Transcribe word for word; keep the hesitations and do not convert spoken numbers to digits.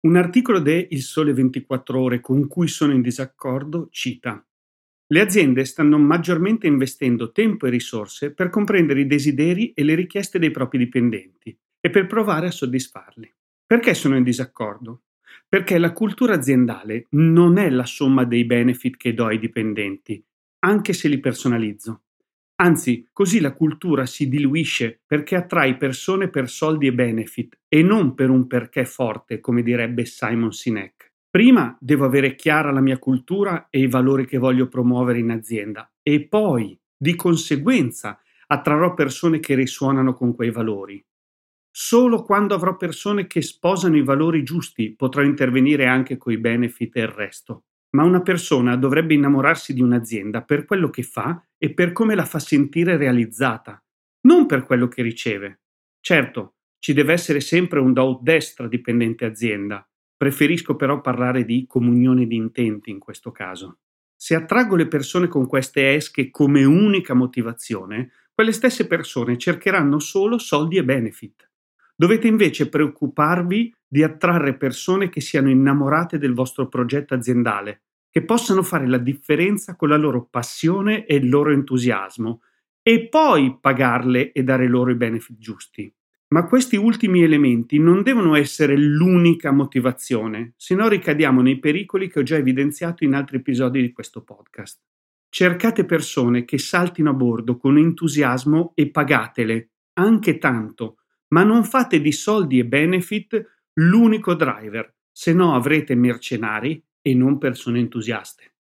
Un articolo de Il Sole ventiquattro Ore con cui sono in disaccordo cita: le aziende stanno maggiormente investendo tempo e risorse per comprendere i desideri e le richieste dei propri dipendenti e per provare a soddisfarli. Perché sono in disaccordo? Perché la cultura aziendale non è la somma dei benefit che do ai dipendenti, anche se li personalizzo. Anzi, così la cultura si diluisce perché attrai persone per soldi e benefit e non per un perché forte, come direbbe Simon Sinek. Prima devo avere chiara la mia cultura e i valori che voglio promuovere in azienda e poi, di conseguenza, attrarrò persone che risuonano con quei valori. Solo quando avrò persone che sposano i valori giusti potrò intervenire anche coi benefit e il resto. Ma una persona dovrebbe innamorarsi di un'azienda per quello che fa e per come la fa sentire realizzata, non per quello che riceve. Certo, ci deve essere sempre un do ut des tra dipendente e azienda. Preferisco però parlare di comunione di intenti in questo caso. Se attraggo le persone con queste esche come unica motivazione, quelle stesse persone cercheranno solo soldi e benefit. Dovete invece preoccuparvi di attrarre persone che siano innamorate del vostro progetto aziendale, che possano fare la differenza con la loro passione e il loro entusiasmo, e poi pagarle e dare loro i benefit giusti. Ma questi ultimi elementi non devono essere l'unica motivazione, se no ricadiamo nei pericoli che ho già evidenziato in altri episodi di questo podcast. Cercate persone che saltino a bordo con entusiasmo e pagatele, anche tanto, ma non fate di soldi e benefit l'unico driver, se no avrete mercenari e non persone entusiaste.